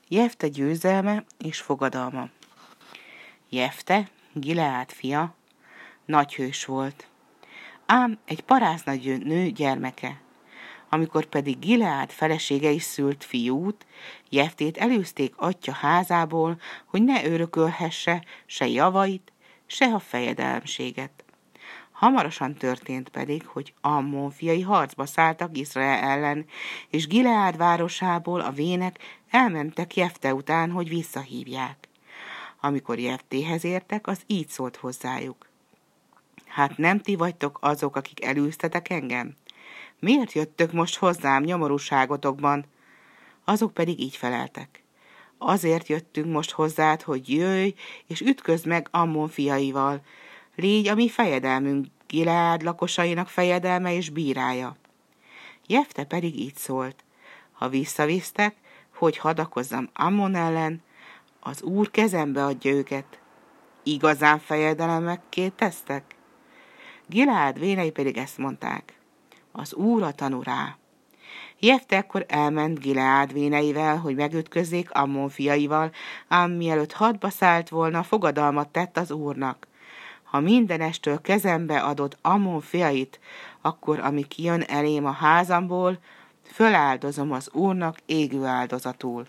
Jefte győzelme és fogadalma. Jefte, Gileád fia, nagy hős volt, ám egy parázna nő gyermeke. Amikor pedig Gileád felesége is szült fiút, Jeftét elűzték atya házából, hogy ne örökölhesse se javait, se a fejedelemséget. Hamarosan történt pedig, hogy Ammon fiai harcba szálltak Izrael ellen, és Gileád városából a vének elmentek Jefte után, hogy visszahívják. Amikor Jeftéhez értek, az így szólt hozzájuk: hát nem ti vagytok azok, akik elűztetek engem? Miért jöttök most hozzám nyomorúságotokban? Azok pedig így feleltek: azért jöttünk most hozzád, hogy jöjj és ütközd meg Ammon fiaival, légy a mi fejedelmünk, Gileád lakosainak fejedelme és bírája. Jefte pedig így szólt: ha visszavisztek, hogy hadakozzam Ammon ellen, az Úr kezembe adja őket. Igazán fejedelemekké tesztek? Gileád vénei pedig ezt mondták: az Úr a tanú rá. Jefte ekkor elment Gileád véneivel, hogy megütközzék Ammon fiaival, ám mielőtt hadba szállt volna, fogadalmat tett az Úrnak: ha mindenestől kezembe adod Ammon fiait, akkor ami kijön elém a házamból, föláldozom az Úrnak égő áldozatul.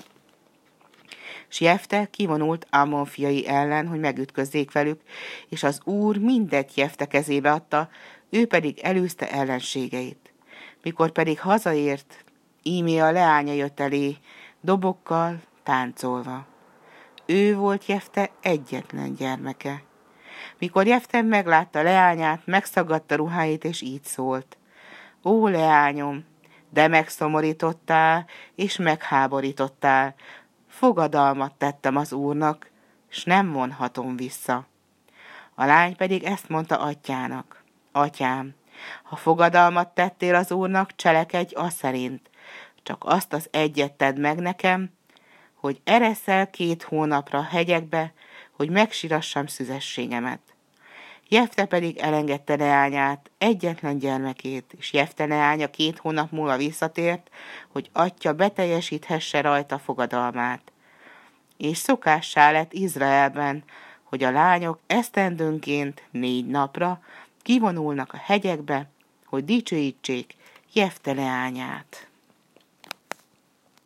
S Jefte kivonult Ammon fiai ellen, hogy megütközzék velük, és az Úr mindet Jefte kezébe adta, ő pedig elűzte ellenségeit. Mikor pedig hazaért, íme a leánya jött elé, dobokkal, táncolva. Ő volt Jefte egyetlen gyermeke. Mikor Jefte meglátta leányát, megszagadta ruháit, és így szólt: ó, leányom, de megszomorítottál, és megháborítottál. Fogadalmat tettem az Úrnak, s nem vonhatom vissza. A lány pedig ezt mondta atyának: atyám, ha fogadalmat tettél az Úrnak, cselekedj az szerint. Csak azt az egyet tedd meg nekem, hogy ereszel 2 hónapra hegyekbe, hogy megsirassam szüzességemet. Jefte pedig elengedte leányát, egyetlen gyermekét, és Jefte leánya 2 hónap múlva visszatért, hogy atya beteljesíthesse rajta fogadalmát. És szokássá lett Izraelben, hogy a lányok esztendőnként 4 napra kivonulnak a hegyekbe, hogy dicsőítsék Jefte leányát.